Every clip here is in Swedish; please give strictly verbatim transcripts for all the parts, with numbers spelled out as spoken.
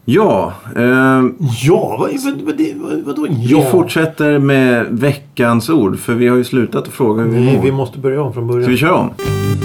Ja. Eh, ja, vad, vad, vad, vad, vadå ja? Vi fortsätter med veckans ord. För vi har ju slutat att fråga hur vi Nej, mår. vi måste börja om från början. Ska vi köra om?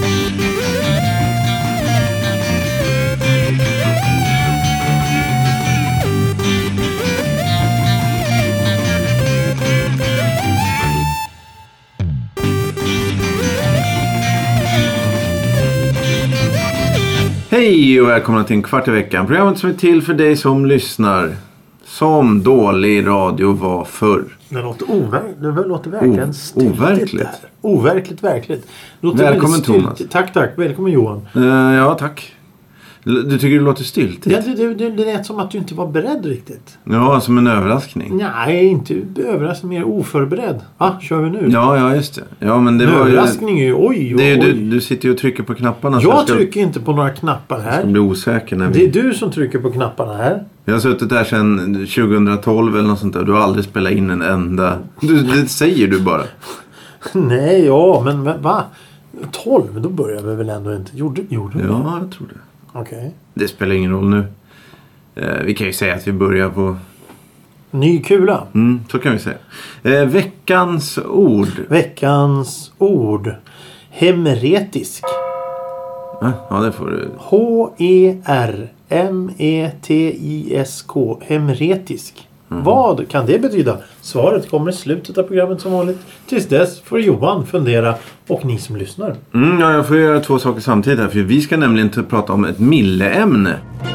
Hej och välkomna till en kvart i veckan. Programmet som är till för dig som lyssnar. Som dålig radio var förr. Det låter, overk- det låter verkligen O- styltigt. overkligt. Där. Overkligt, verkligt. Låter Välkommen, Thomas. Tack, tack. Välkommen, Johan. Uh, ja, tack. Du tycker det låter styltigt? Ja, det, det, det, det lät som att du inte var beredd riktigt. Ja, som en överraskning. Nej, inte överraskning, mer oförberedd. Va, kör vi nu? Ja, ja, just det. Ja, men det en var överraskning är ju, oj, oj, det är, oj. du, du sitter ju och trycker på knapparna. så Jag ska, trycker inte på några knappar här. Jag ska bli osäker när vi... Det är du som trycker på knapparna här. Jag har suttit där sedan tjugohundratolv eller något sånt där. Du har aldrig spelat in en enda... Du, det säger du bara. Nej, ja, men, men va? tolv, då börjar vi väl ändå inte. Gjorde, gjorde vi? Ja, jag tror det. Okej. Okay. Det spelar ingen roll nu. Eh, vi kan ju säga att vi börjar på... Ny kula. Mm, så kan vi säga. Eh, veckans ord. Veckans ord. Hemeretisk. Ah, ja, det får du. H E R M E T I S K. Hemeretisk. Mm. Vad kan det betyda? Svaret kommer i slutet av programmet som vanligt. Tills dess får Johan fundera och ni som lyssnar. Mm, ja, jag får göra två saker samtidigt här. För vi ska nämligen t- prata om ett milleämne.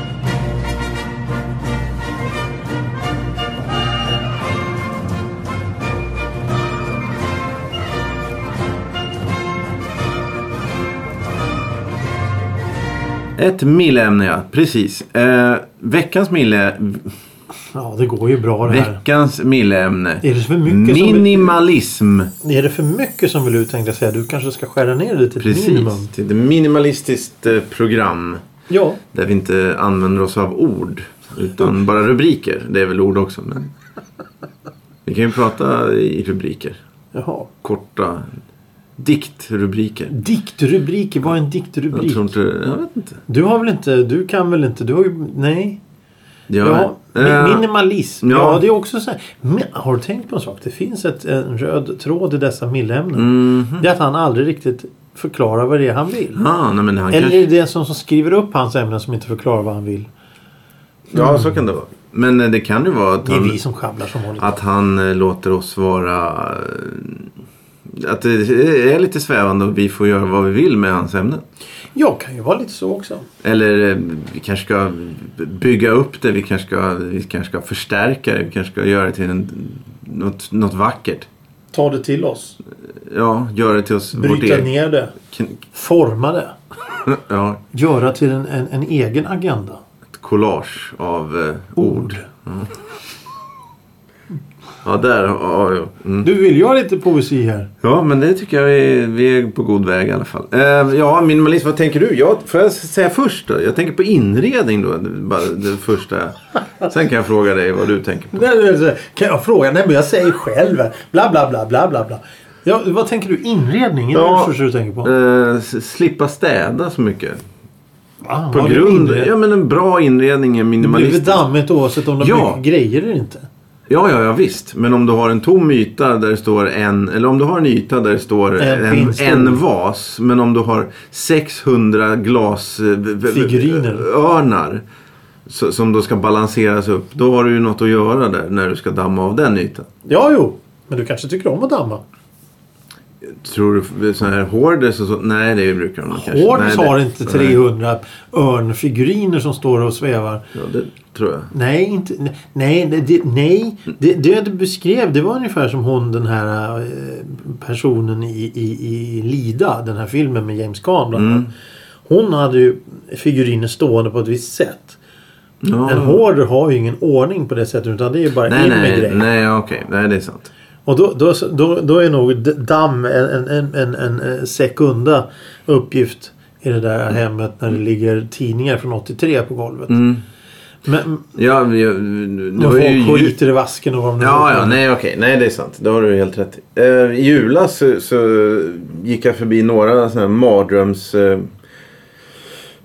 Ett milleämne, ja. Precis. Eh, veckans mille... Ja, det går ju bra det här. Veckans milleämne. Är det för mycket minimalism. Som är det för mycket som vill du tänkte säga? Du kanske ska skära ner det till ett Precis, minimum. till ett minimalistiskt eh, program. Ja. Där vi inte använder oss av ord. Utan bara rubriker. Det är väl ord också. Men vi kan ju prata i rubriker. Jaha. Korta diktrubriker. Diktrubriker? Vad är en diktrubrik? Jag tror inte, jag vet inte. Du har väl inte, du kan väl inte, du har ju, nej. Ja, ja äh, minimalism. Ja. Ja. ja, det är också så här. Men, har du tänkt på en sak? Det finns ett, en röd tråd i dessa milleämnen. Mm-hmm. Det är att han aldrig riktigt förklarar vad det är han vill. Ah, nej, men han Eller kanske... är det den som, som skriver upp hans ämnen som inte förklarar vad han vill? Ja, Mm. så kan det vara. Men eh, det kan ju vara att Det är han, vi som sjabblar som vanligt. att han eh, låter oss vara... eh, Att det är lite svävande och vi får göra vad vi vill med hans ämnen. Ja, kan ju vara lite så också. Eller eh, vi kanske ska bygga upp det, vi kanske ska, vi kanske ska förstärka det, vi kanske ska göra det till en, något, något vackert. Ta det till oss. Ja, göra det till oss. Bryta ner det. Kan, Forma det. ja, Göra till en, en, en egen agenda. ett collage av eh, ord. Ord. Ja. Ja, där. Ja, ja. Mm. Du vill ju ha lite poesi här. Ja, men det tycker jag vi, vi är på god väg i alla fall. Eh, ja, minimalism, vad tänker du? Jag, får jag säga först då? Jag tänker på inredning då. Bara det första. Sen kan jag fråga dig vad du tänker på. Kan jag fråga? Nej, men jag säger själv. Bla, bla, bla, bla, bla, bla. Ja, vad tänker du? Inredning? Är det Ja, det första du tänker på? Eh, slippa städa så mycket. Ah, På grund, ja, men en bra inredning är det blir minimalistisk. väl dammigt oavsett om det Ja. har mycket grejer eller inte. Ja, ja, ja, visst. Men om du har en tom yta där det står en... Eller om du har en yta där det står En en, pinstol. en vas. Men om du har sexhundra glas... eh, v- v- Figuriner. Örnar. Så, som då ska balanseras upp. Då har du ju något att göra där när du ska damma av den ytan. Ja, jo. Men du kanske tycker om att damma. Tror du sån här Hoarders och så? Nej, det brukar de kanske. Hoarders Nej, har det- inte trehundra örnfiguriner som står och svävar. Ja, det tror jag. Nej, inte, nej, det, det, nej. Det, det du beskrev, det var ungefär som hon, den här eh, personen i, i, i Lida, den här filmen med James Caan bland annat. Mm. Hon hade ju figuriner stående på ett visst sätt. Ja. En hoarder har ju ingen ordning på det sättet, utan det är ju bara Nej, in med nej, grejer. nej, okej. Nej, det är sant. Och då, då, då, då är nog d- damm en, en, en, en sekunda uppgift i det där hemmet när det ligger tidningar från åttiotre på golvet. Mm. Men Ja, vi, det man var får ju... skiter i vasken och vad de Ja, ja, nej okej. Nej, det är sant. Det har du helt rätt i. Eh, I julas så, så gick jag förbi några sådana här mardröms... Eh,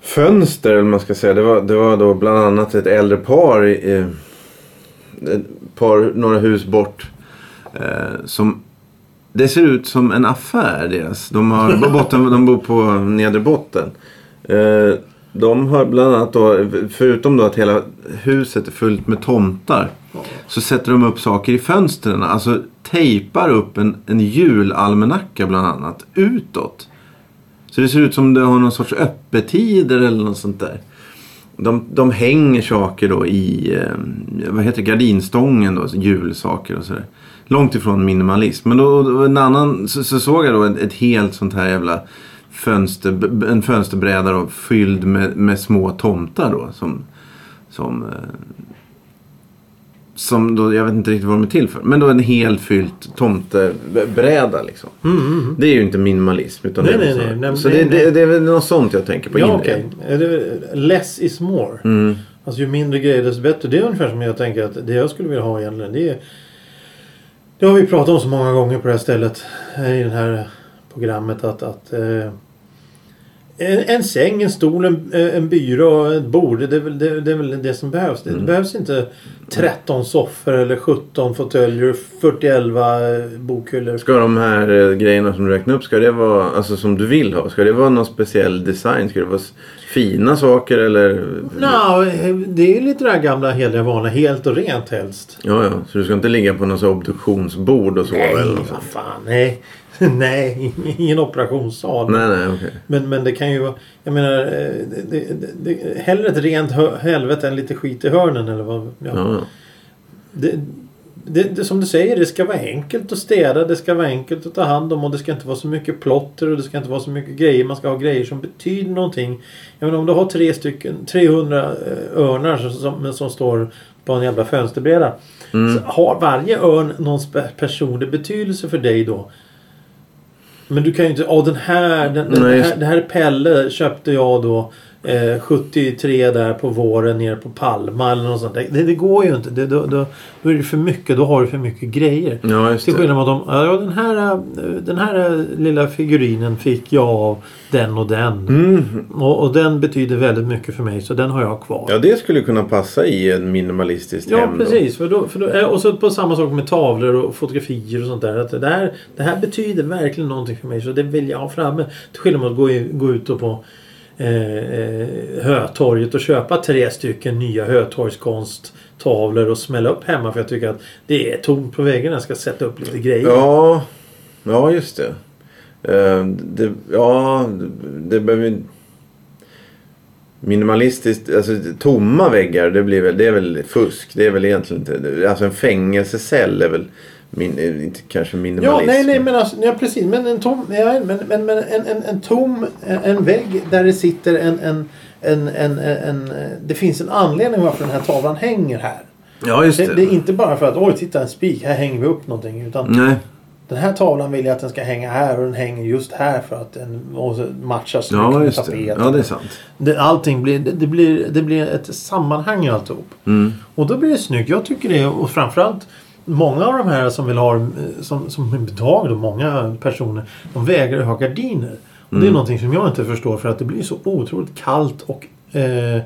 fönster, eller man ska säga. Det var, det var då bland annat ett äldre par i, ett par, några hus bort, eh, som det ser ut som en affär deras. De har botten, de bor på nedre botten. Eh, de har bland annat då, förutom då att hela huset är fullt med tomtar, så sätter de upp saker i fönstren. Alltså tejpar upp en, en julalmanacka bland annat utåt. Så det ser ut som det har någon sorts öppettider eller något sånt där. De, de hänger saker då i, eh, vad heter det, gardinstången då, julsaker och sådär. Långt ifrån minimalism. Men då, då en annan, så, så såg jag då ett, ett helt sånt här jävla fönster, en fönsterbräda då, fylld med, med små tomtar då. Som, som, eh, som då, jag vet inte riktigt vad de är till för. Men då en helt fyllt tomtebräda liksom. Mm, mm, mm. Det är ju inte minimalism. Utan nej, det är nej, så. nej, nej, så nej, det, nej. Det, det är väl något sånt jag tänker på. Ja, okej. Okay. Less is more. Mm. Alltså ju mindre grejer desto bättre. Det är ungefär som jag tänker att det jag skulle vilja ha egentligen. Det är, det har vi pratat om så många gånger på det här stället. I det här programmet. Att, att eh, en, en säng, en stol, en, en byrå, ett bord. Det är väl det, det, är väl det som behövs. Det mm. behövs inte tretton soffor eller sjutton fåtöljer, fyrtioelva bokhyllor. Ska de här eh, grejerna som du räknar upp, ska det vara, alltså som du vill ha? Ska det vara någon speciell design? Ska det vara fina saker eller? Ja, det är lite det här gamla heliga vanliga, helt och rent helst. Ja, ja. Så du ska inte ligga på någon så obduktionsbord och så? Nej, eller vad fan, nej. Nej, ingen operationssal. Nej, nej, okej. Okay. Men, men det kan ju vara, jag menar, det, det, det, hellre ett rent helvete än lite skit i hörnen eller vad. Ja. Ja. Det, det, det, som du säger, det ska vara enkelt att städa, det ska vara enkelt att ta hand om och det ska inte vara så mycket plotter och det ska inte vara så mycket grejer. Man ska ha grejer som betyder någonting. Jag menar, om du har tre stycken, trehundra örnar som, som, som står på en jävla fönsterbräda. Mm. Så har varje örn någon personlig betydelse för dig då? Men du kan ju inte, åh den här, den, den här, det här Pelle köpte jag då eh, sjuttiotre där på våren nere på Palma eller något sånt. Det, det går ju inte, det, då, då, då är det för mycket, då har du för mycket grejer. Ja, just det. Till skillnad mot dem, ja den här, den här lilla figurinen fick jag av den och den. Mm. Och, och den betyder väldigt mycket för mig så den har jag kvar. Ja, det skulle kunna passa i en minimalistiskt ja, hem. Ja, precis. För då, för då, och så på samma sak med tavlor och fotografier och sånt där. Att det, här, det här betyder verkligen någonting för mig så det vill jag ha framme. Till skillnad mot att gå, i, gå ut och på eh, Hötorget och köpa tre stycken nya Hötorgskonsttavlor och smälla upp hemma för jag tycker att det är tomt på väggen. Jag ska sätta upp lite grejer. Ja, ja just det. Uh, det ja, det, det behöver minimalistiskt, alltså tomma väggar, det blir väl, det är väl fusk. Det är väl egentligen inte, alltså en fängelsecell är väl min, inte kanske minimalism. Ja, nej, nej, men alltså, ja, precis, men en tom, ja, men, men, men en, en, en tom, en, en vägg där det sitter en, en, en, en, en, det finns en anledning varför den här tavlan hänger här. Ja, just det. Det, det är inte bara för att, oj, titta en spik, här hänger vi upp någonting, utan nej. Den här tavlan vill jag att den ska hänga här och den hänger just här för att den matchar så ja, med tapeten. Ja, det är sant. Det, allting blir, det, det, blir, det blir ett sammanhang i alltihop. Mm. Och då blir det snyggt. Jag tycker det, och framförallt många av de här som vill ha, som, som idag då, många personer, de vägrar ha gardiner. Och mm. det är någonting som jag inte förstår för att det blir så otroligt kallt och eh,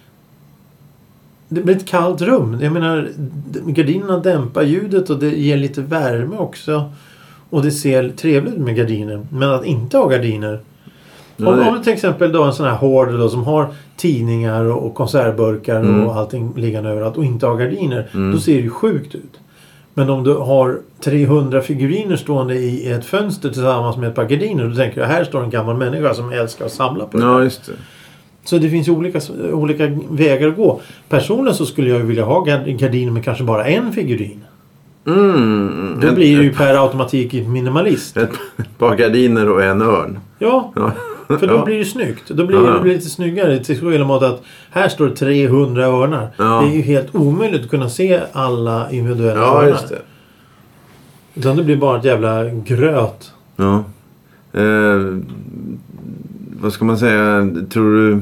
det blir ett kallt rum. Jag menar, gardinerna dämpar ljudet och det ger lite värme också. Och det ser trevligt ut med gardiner. Men att inte ha gardiner. Om, om du till exempel då en sån här hård då, som har tidningar och, och konservburkar mm. och allting liggande överallt och inte har gardiner. Mm. Då ser det ju sjukt ut. Men om du har trehundra figuriner stående i ett fönster tillsammans med ett par gardiner. Då tänker jag, här står en gammal människa som älskar att samla på det. Ja, just det. Så det finns ju olika, olika vägar att gå. Personligen så skulle jag vilja ha gardiner med kanske bara en figurin. Mm, då blir det ju per automatik minimalist. Ett par gardiner och en örn. Ja, ja. För då ja. blir det snyggt. Då blir ja. det blir lite snyggare. Till skillnad mot att här står trehundra örnar. Ja. Det är ju helt omöjligt att kunna se alla individuella ja, örnar. Just det. Utan det blir bara ett jävla gröt. Ja. Eh, vad ska man säga? Tror du...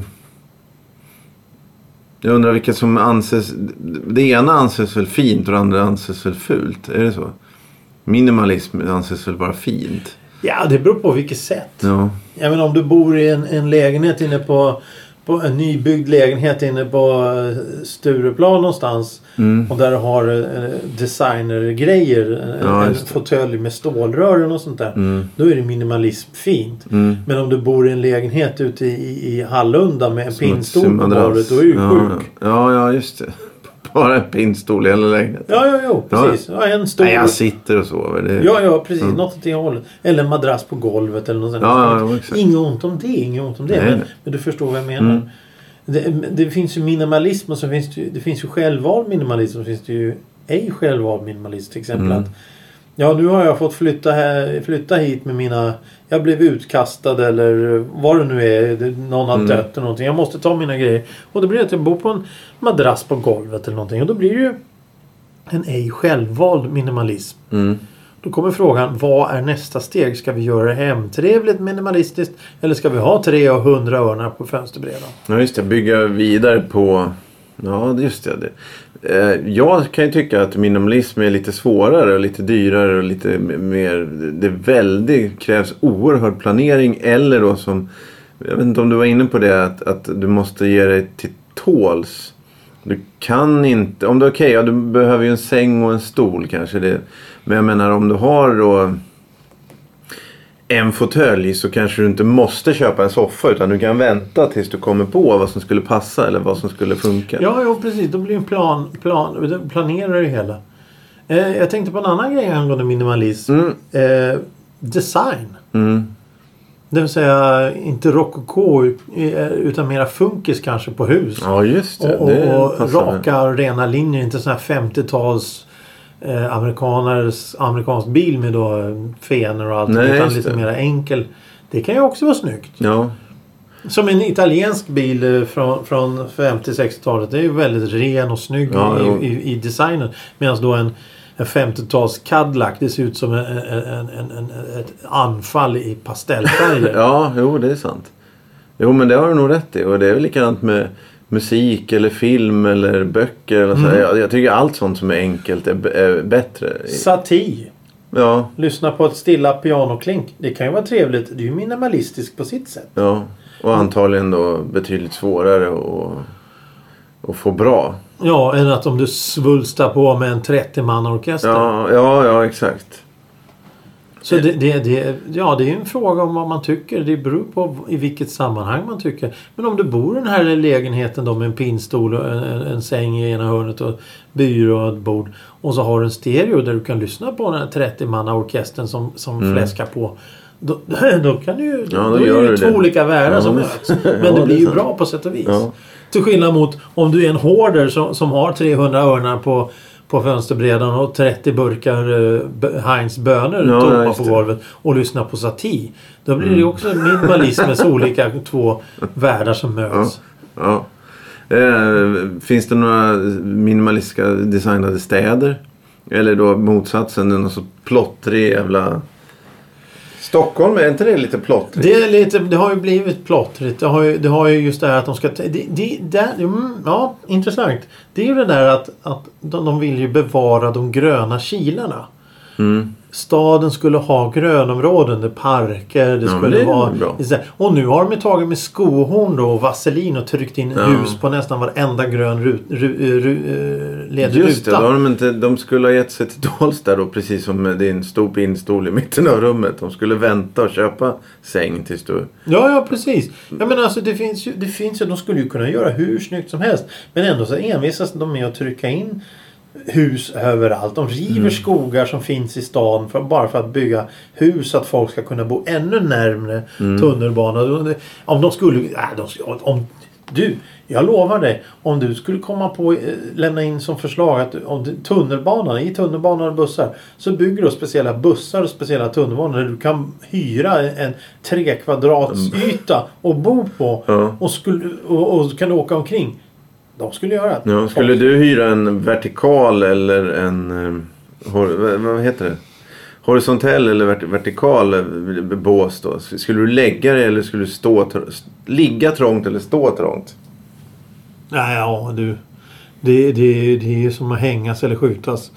Jag undrar vilka som anses... Det ena anses väl fint och det andra anses väl fult. Är det så? Minimalism anses väl bara fint. Ja, det beror på vilket sätt. Ja. Jag menar, om du bor i en, en lägenhet inne på, på en nybyggd lägenhet inne på Stureplan någonstans. Mm. Och där du har eh, designergrejer. Ja, en fåtölj med stålrören och sånt där. Mm. Då är det minimalism fint. Mm. Men om du bor i en lägenhet ute i, i Hallunda med en som pinnstol på golvet, då är du ja, sjuk. Ja, ja, just det. Bara en pinnstol i hela lägenheten. Ja, ja, ja, precis. Ja, en stol. Nej, jag sitter och sover. Det är... Ja, ja, precis. Mm. Något åt det hållet. Eller en madrass på golvet eller något sånt. Ja, ja, exakt. Inget ont om det, inget ont om det. Nej, men, men du förstår vad jag menar. Mm. Det, det finns ju minimalism och så finns det, det finns ju självvald minimalism och så finns det ju ej självvald minimalism. Till exempel mm. att ja, nu har jag fått flytta, här, flytta hit med mina... Jag blev utkastad eller vad det nu är. Någon har mm. dött eller någonting. Jag måste ta mina grejer. Och då blir det att jag bor på en madrass på golvet eller någonting. Och då blir det ju en ej självvald minimalism. Mm. Då kommer frågan, vad är nästa steg? Ska vi göra det hemtrevligt minimalistiskt? Eller ska vi ha tre och hundra örnar på fönsterbrädan? Ja, just det. Bygga vidare på... Ja, just det. Jag kan ju tycka att minimalism är lite svårare och lite dyrare och lite mer... Det är väldigt, krävs oerhörd planering eller då som... Jag vet inte om du var inne på det, att, att du måste ge dig till tåls. Du kan inte... Om det är okej, okay, ja, du behöver ju en säng och en stol kanske. Det, men jag menar, om du har då en fåtölj så kanske du inte måste köpa en soffa utan du kan vänta tills du kommer på vad som skulle passa eller vad som skulle funka. Ja, ja precis. Då blir en plan, plan planerar det hela. Eh, jag tänkte på en annan grej angående minimalism. Mm. Eh, design. Mm. Det vill säga inte rokoko utan mera funkis kanske på hus. Ja, just det. Och, det och raka och rena linjer. Inte sådana här femtio-tals eh, amerikaners amerikansk bil med då fenor och allt. Nej, utan lite mer enkel. Det kan ju också vara snyggt. Ja. Som en italiensk bil från, från femtio-sextiotalet. Det är ju väldigt ren och snygg ja, i, i, i designen. Medan då en En femtio-tals Cadillac, det ser ut som en, en, en, en, ett anfall i pastellfärger. Ja, jo det är sant. Jo men det har du nog rätt i. Och det är väl likadant med musik eller film eller böcker. Eller så. Mm. Jag, jag tycker allt sånt som är enkelt är, är bättre. Satie. Ja. Lyssna på ett stilla pianoklink. Det kan ju vara trevligt. Det är ju minimalistiskt på sitt sätt. Ja, och antagligen då betydligt svårare att, att få bra. Ja, än att om du svulstar på med en trettio-man-orkester. Ja, ja, ja, exakt. Så det, det, det, ja, det är en fråga om vad man tycker. Det beror på i vilket sammanhang man tycker. Men om du bor i den här lägenheten då med en pinnstol och en, en, en säng i ena hörnet och byrå och ett bord. Och så har du en stereo där du kan lyssna på den här trettio-manna-orkestern som, som mm. fläskar på. Då, då kan du ju... Då, ja, då, då är det ju två olika världar ja, som möts. Men ja, det blir ju bra på sätt och vis. Ja. Till skillnad mot om du är en hoarder som, som har trehundra örnar på, på fönsterbrädan och trettio burkar uh, Heinz bönor ja, tomma på golvet och lyssnar på Satie. Då blir mm. det också minimalismens olika två världar som möts. Ja, ja. Eh, finns det några minimalistiska designade städer? Eller då motsatsen, någon så plottrig jävla... Stockholm, är inte det lite plottrigt? Det, är lite, det har ju blivit plottrigt. Det har ju, det har ju just det här att de ska... Det, det, det, mm, ja, intressant. Det är ju det där att, att de, de vill ju bevara de gröna kilarna. Mm. Staden skulle ha grönområden, det parker, det ja, skulle det vara... Det, och nu har de ju tagit med skohorn då och vaselin och tryckt in ja. hus på nästan varenda grön ru, ru, ru, ledruta. Just det, då har de, inte, de skulle ha gett sig till tåls där då, precis som med din stor pinnstol i mitten av rummet. De skulle vänta och köpa säng tills du... Ja, ja, precis. Jag menar alltså, det finns ju, det finns ju, de skulle ju kunna göra hur snyggt som helst. Men ändå så envisas de med att trycka in hus överallt. De river mm. skogar som finns i stan för, bara för att bygga hus så att folk ska kunna bo ännu närmare mm. tunnelbanan. Om de skulle... Äh, de, om, du, jag lovar dig, om du skulle komma på äh, lämna in som förslag att om tunnelbanan, i tunnelbanan och bussar så bygger du speciella bussar och speciella tunnelbanor där du kan hyra en tre kvadrats yta och bo på mm. och, skulle, och, och kan åka omkring. De skulle göra det. Ja, skulle du hyra en vertikal eller en... Hor, vad heter det? Horisontell eller vert, vertikal bås då? Skulle du lägga det eller skulle du stå... Ligga trångt eller stå trångt? Nej, ja, du... Det, det, det är som att hängas eller skjutas.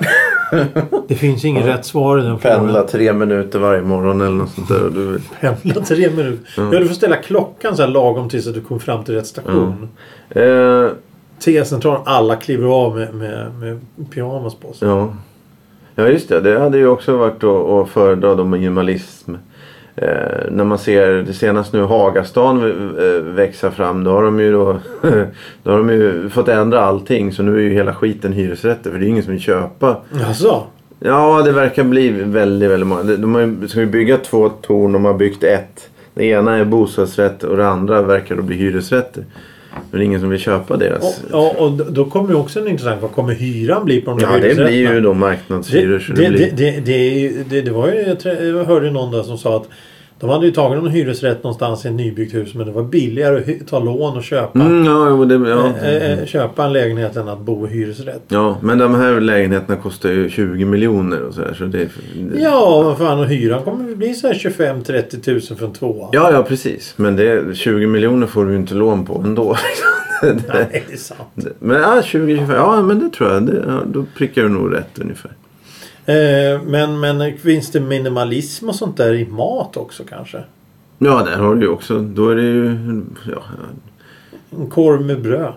Det finns ingen rätt svar i den frågan. Pendla tre minuter varje morgon eller något sånt där. Och du... Pendla tre minuter. Mm. Ja, du får ställa klockan så här lagom tills att du kommer fram till rätt station. Mm. Eh, T-centralen, alla kliver av med, med, med pyjamas på sig. ja. ja, just det. Det hade ju också varit att, att föredra då minimalism. Eh, när man ser det senast nu Hagastan eh, växa fram, då har de ju då, då har de ju fått ändra allting, så nu är ju hela skiten hyresrätter, för det är ingen som vill köpa. Jaså? Ja, det verkar bli väldigt, väldigt många. De har ju, ska ju bygga två torn, de har byggt ett. Det ena är bostadsrätt och det andra verkar då bli hyresrätter. Men det är ingen som vill köpa deras. Och, ja, och då kommer ju också en intressant, vad kommer hyran bli på de ja, hyresrätterna? det blir ju då marknadshyror. Det, det, det, blir... det, det, det, det var ju, jag, tror, jag hörde någon där som sa att de hade ju tagit någon hyresrätt någonstans i en nybyggt hus, men det var billigare att hy- ta lån och köpa mm, ja, det, ja. äh, äh, köpa en lägenhet än att bo i hyresrätt. Ja, men de här lägenheterna kostar ju tjugo miljoner och så här, så det, det... Ja, vad fan, och hyran kommer ju bli så här tjugofem till trettio tusen för en tvåa. Ja, ja, precis. Men det, tjugo miljoner får du ju inte lån på ändå. Nej, det är sant. Men ja, tjugo tjugofem, ja, men det tror jag. Det, ja, då prickar du nog rätt ungefär. Eh, men, men finns det minimalism och sånt där i mat också kanske? Ja, där har du ju också. Då är det ju... Ja, En korv med bröd.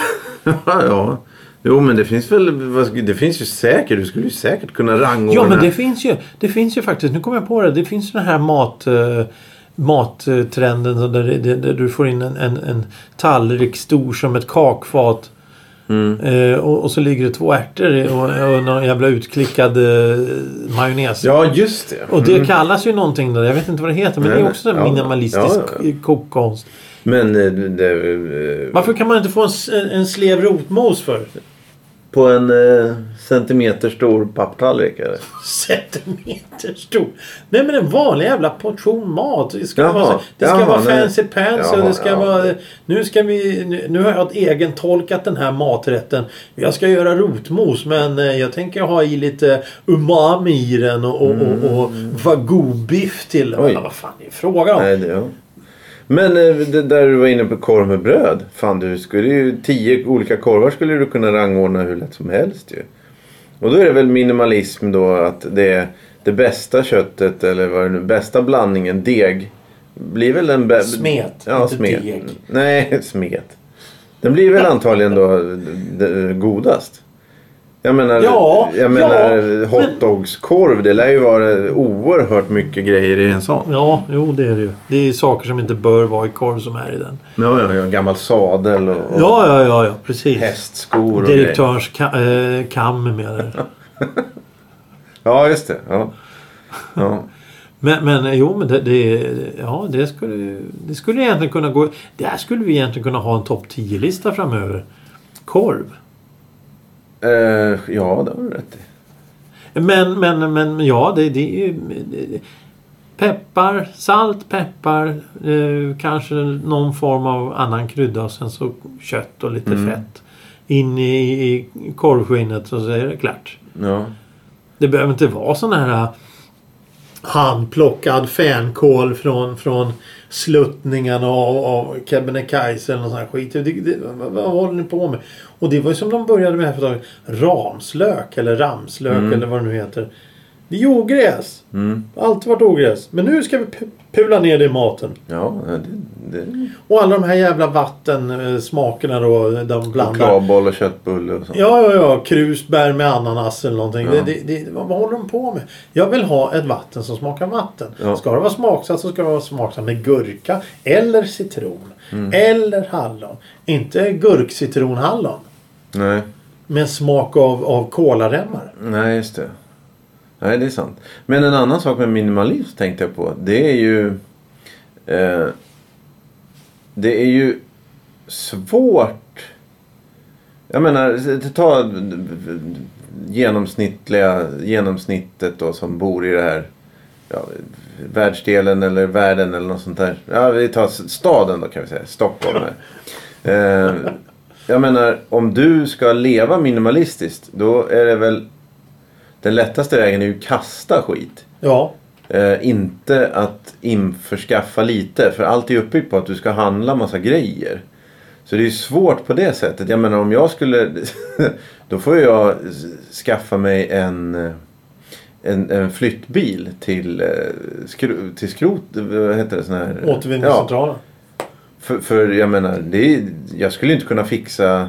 ja. Jo, men det finns väl... Det finns ju säkert... Du skulle ju säkert kunna rangordna... Ja, men det finns ju... Det finns ju faktiskt... Nu kommer jag på det. Det finns ju den här mat... Uh, mattrenden där, där, där du får in en, en, en tallrik stor som ett kakfat. Mm. Eh, och, och så ligger det två ärtor och, och någon jävla utklickad eh, majonnäs. Ja, just det. Mm. Och det kallas ju någonting där. Jag vet inte vad det heter, men nej, det är också en ja, minimalistisk ja, ja. kokkonst. Men det, det, eh, varför kan man inte få en, en slev rotmos för? På en eh, centimeter stor papptallrik eller? Centimeter stor? Nej, men en vanlig jävla portion mat. Det ska jaha, vara, det ska jaha, vara nej. fancy pants jaha, och det ska ja. vara... Nu ska vi... Nu, nu har jag egen tolkat den här maträtten. Jag ska göra rotmos, men eh, jag tänker ha i lite umami i den och, och, mm. och, och wagyu-biff till. Men, vad fan är det frågan om? Nej, det, ja. Men det där du var inne på korv med bröd. Fan, du skulle ju tio olika korvar skulle du kunna rangordna hur lätt som helst ju. Och då är det väl minimalism då att det är det bästa köttet eller vad det nu, bästa blandningen deg blir väl en bä- smet, ja, inte smet. deg. Nej, smet. Den blir väl antagligen då det godast. Jag menar, ja, jag menar ja, hotdogskorv, men... det lär ju vara oerhört mycket grejer i en sån. Ja, jo det är det ju. Det är saker som inte bör vara i korv som är i den. Ja, ja, ja. Gammal sadel och, och ja, ja, ja, ja, precis. Hästskor och direktörs ka- äh, kam med det. Ja, just det. Ja. Ja. men, men jo, men det, det, ja, det, skulle, det skulle egentligen kunna gå... Där skulle vi egentligen kunna ha en topp tio-lista framöver. Korv. Uh, ja, det har du rätt i. Men, men, men ja, det, det är ju... Det, peppar, salt, peppar, eh, kanske någon form av annan krydda och sen så kött och lite mm. fett. In i, i korvskinnet och så är det klart. Ja. Det behöver inte vara sån här handplockad fänkål från, från sluttningarna av, av Kebnekaise eller någon sån här skit. Det, det, vad, vad håller ni på med? Och det var ju som de började med för ett ramslök eller ramslök mm. eller vad det nu heter. Det är ogräs. Mm. Alltid varit ogräs. Men nu ska vi pula ner det i maten. Ja, det, det... Och alla de här jävla vattensmakerna då. De blandar. Chokladboll och köttbulle och sånt. Ja, ja, ja. Krusbär med ananas eller någonting. Ja. Det, det, det, vad håller de på med? Jag vill ha ett vatten som smakar vatten. Ja. Ska det vara smaksatt så ska det vara smaksatt med gurka. Eller citron. Mm. Eller hallon. Inte gurk-citronhallon. Nej. Med smak av, av kolaremmar. Nej, just det. Nej, det är sant. Men en annan sak med minimalism tänkte jag på. Det är ju... Eh, det är ju svårt... Jag menar, ta genomsnittliga, genomsnittet då som bor i det här... Ja, världsdelen eller världen eller något sånt där. Ja, vi tar staden då kan vi säga. Stockholm här. Eh, jag menar, om du ska leva minimalistiskt, då är det väl... Den lättaste vägen är ju kasta skit. Ja. Eh, inte att införskaffa lite. För allt är uppbyggt på att du ska handla massa grejer. Så det är svårt på det sättet. Jag menar om jag skulle... då får jag skaffa mig en... En, en flyttbil till, skro, till skrot, vad heter det, sån här... Återvinningscentralen. Ja. För, för jag menar, det är, jag skulle inte kunna fixa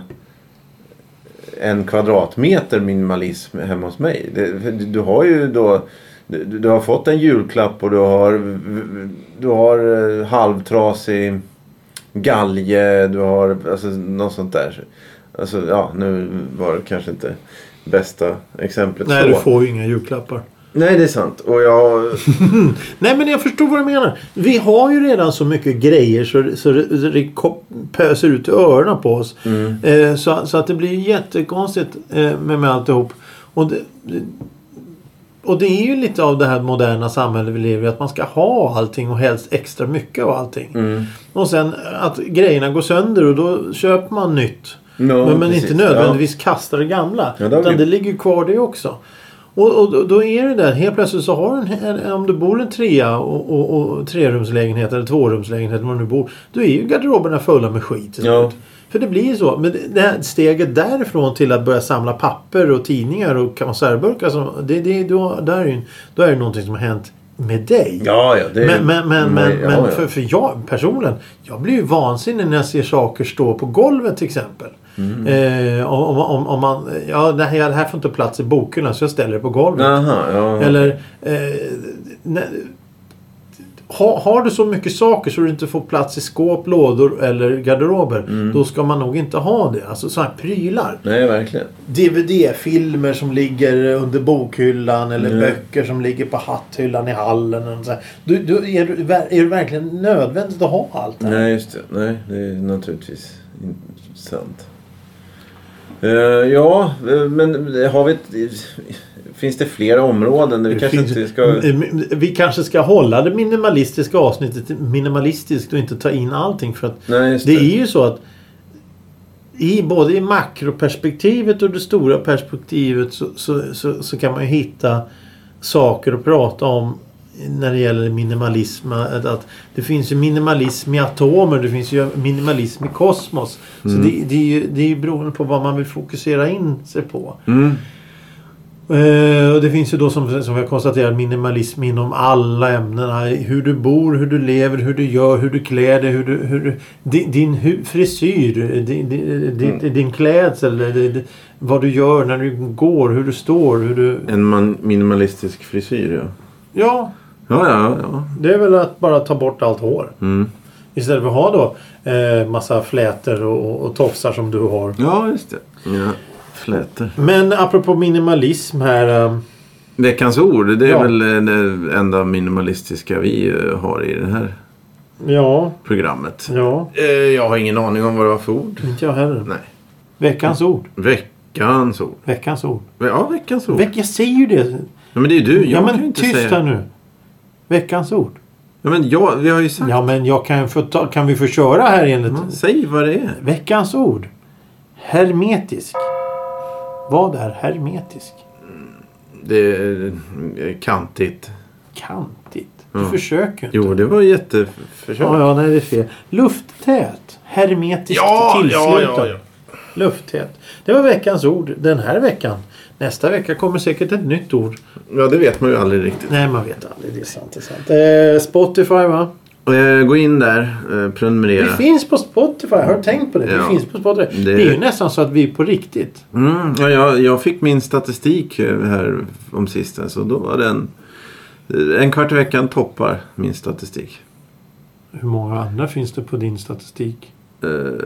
en kvadratmeter minimalism hemma hos mig. Det, du har ju då, du, du har fått en julklapp och du har, du har halvtrasig galge, du har alltså något sånt där. Alltså ja, nu var det kanske inte bästa exemplet. Nej, så. du får ju inga julklappar. Nej, det är sant. Och jag... Nej, men jag förstår vad du menar. Vi har ju redan så mycket grejer så, så det, det pöser ut i öronen på oss. Mm. Eh, så, så att det blir jättekonstigt eh, med, med alltihop. Och det, och det är ju lite av det här moderna samhället vi lever i. Att man ska ha allting och helst extra mycket av allting. Mm. Och sen att grejerna går sönder och då köper man nytt. No, men men inte nödvändigtvis ja. kastar det gamla. Ja, det utan det ligger kvar det också. Och, och då är det där. Helt plötsligt så har du en, om du bor i en trea och, och, och trerumslägenhet eller tvårumslägenhet var du bor. Då är ju garderoberna fulla med skit. Ja. För det blir så. Men det här steget därifrån till att börja samla papper och tidningar och konservburkar. Alltså, det, det, då, där är ju, då är det någonting som har hänt med dig. Ja, ja. Det är, men men, men, men, ja, men ja. För, för jag personligen. Jag blir ju vansinnig när jag ser saker stå på golvet till exempel. Mm. Eh, om, om, om man ja det här, det här får inte plats i bokhyllan så jag ställer det på golvet. Aha, ja. Eller eh, ne, ha, har du så mycket saker så du inte får plats i skåp, lådor eller garderober mm. då ska man nog inte ha det. Alltså så här prylar. Nej, verkligen. D V D-filmer som ligger under bokhyllan eller mm. böcker som ligger på hatthyllan i hallen och så här. Du, du, är, du, är det verkligen nödvändigt att ha allt det här? Nej, just det. Nej, det är naturligtvis sant. Uh, ja, men har vi ett, finns det flera områden där vi det kanske finns, inte ska... Vi kanske ska hålla det minimalistiska avsnittet minimalistiskt och inte ta in allting för att Nej, det. det är ju så att i, både i makroperspektivet och det stora perspektivet så, så, så, så kan man ju hitta saker att prata om när det gäller minimalism. Att, att det finns ju minimalism i atomer, det finns ju minimalism i kosmos. Mm. Så det, det är ju det är beroende på vad man vill fokusera in sig på. Mm. Uh, och det finns ju då som, som jag konstaterar minimalism inom alla ämnena. Hur du bor, hur du lever, hur du gör, hur du klär dig, hur du, hur du, din, din hu, frisyr, din, din, mm. din klädsel, din, vad du gör när du går, hur du står. Hur du... En man, minimalistisk frisyr, ja. Ja. Ja, ja, ja. Det är väl att bara ta bort allt hår. Mm. Istället för att ha då eh, massa flätor och, och tofsar som du har. Ja, just det. Ja, flätor. Men apropå minimalism här... Um... Veckans ord, det är ja. väl det enda minimalistiska vi har i det här ja. programmet. Ja. Eh, jag har ingen aning om vad det var för ord. Inte jag heller. Nej. Veckans ord. Veckans ord. Veckans ord. Ja, veckans ord. Veck, jag säger ju det. Ja, men det är du. Jag ja, men kan inte tyst säga... här nu. Veckans ord. Ja, men jag, vi har ju sagt... Ja, men jag kan, få ta, kan vi få köra här enligt... Ja, säg vad det är. Veckans ord. Hermetisk. Vad är hermetisk? Det är kantigt. Kantigt? Du ja. försöker inte. Jo, det var jätteförsök. Ja, ja, nej, det är fel. Lufttät. Hermetiskt ja, tillslutad. Ja, ja, ja. Lufttät. Det var veckans ord den här veckan. Nästa vecka kommer säkert ett nytt ord. Ja, det vet man ju aldrig riktigt. Nej, man vet aldrig. Det är sant. Det är sant. Eh, Spotify, va? Eh, gå in där. Eh, prenumerera. Det finns på Spotify. Har du tänkt på det? Ja. Det finns på Spotify. Det... det är ju nästan så att vi är på riktigt. Mm, ja, jag, jag fick min statistik här om sista. Så då var den... En kvart i veckan toppar min statistik. Hur många andra finns det på din statistik? Eh,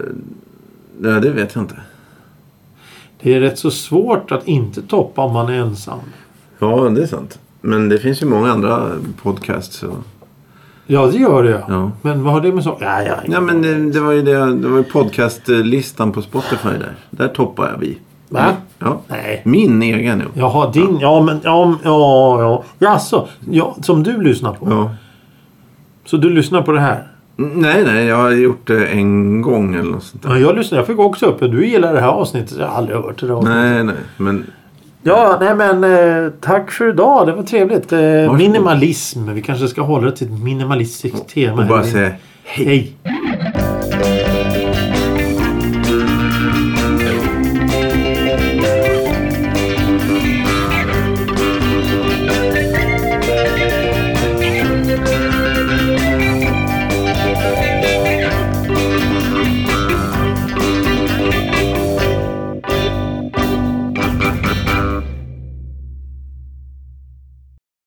ja, det vet jag inte. Det är rätt så svårt att inte toppa om man är ensam. Ja, det är sant. Men det finns ju många andra podcasts. Så... Ja, det gör det. Ja. Men vad har det med så? Ja, ja, ja men det, det var ju det, det var ju podcastlistan på Spotify där. Där toppar jag vi. Va? Ja. Nej. Min egen nu. Jaha, din. Ja, ja men ja, ja, ja. Jaså, ja, som du lyssnar på. Ja. Så du lyssnar på det här? Nej, nej, jag har gjort det en gång eller något sånt där. Ja, jag lyssnar, jag fick också upp. Du gillar det här avsnittet. Jag har aldrig hört det här avsnittet. Nej, nej, men... Ja, nej men eh, tack för idag. Det var trevligt. Eh, minimalism. Vi kanske ska hålla det till ett minimalistiskt tema. Och bara säga hej. Hej.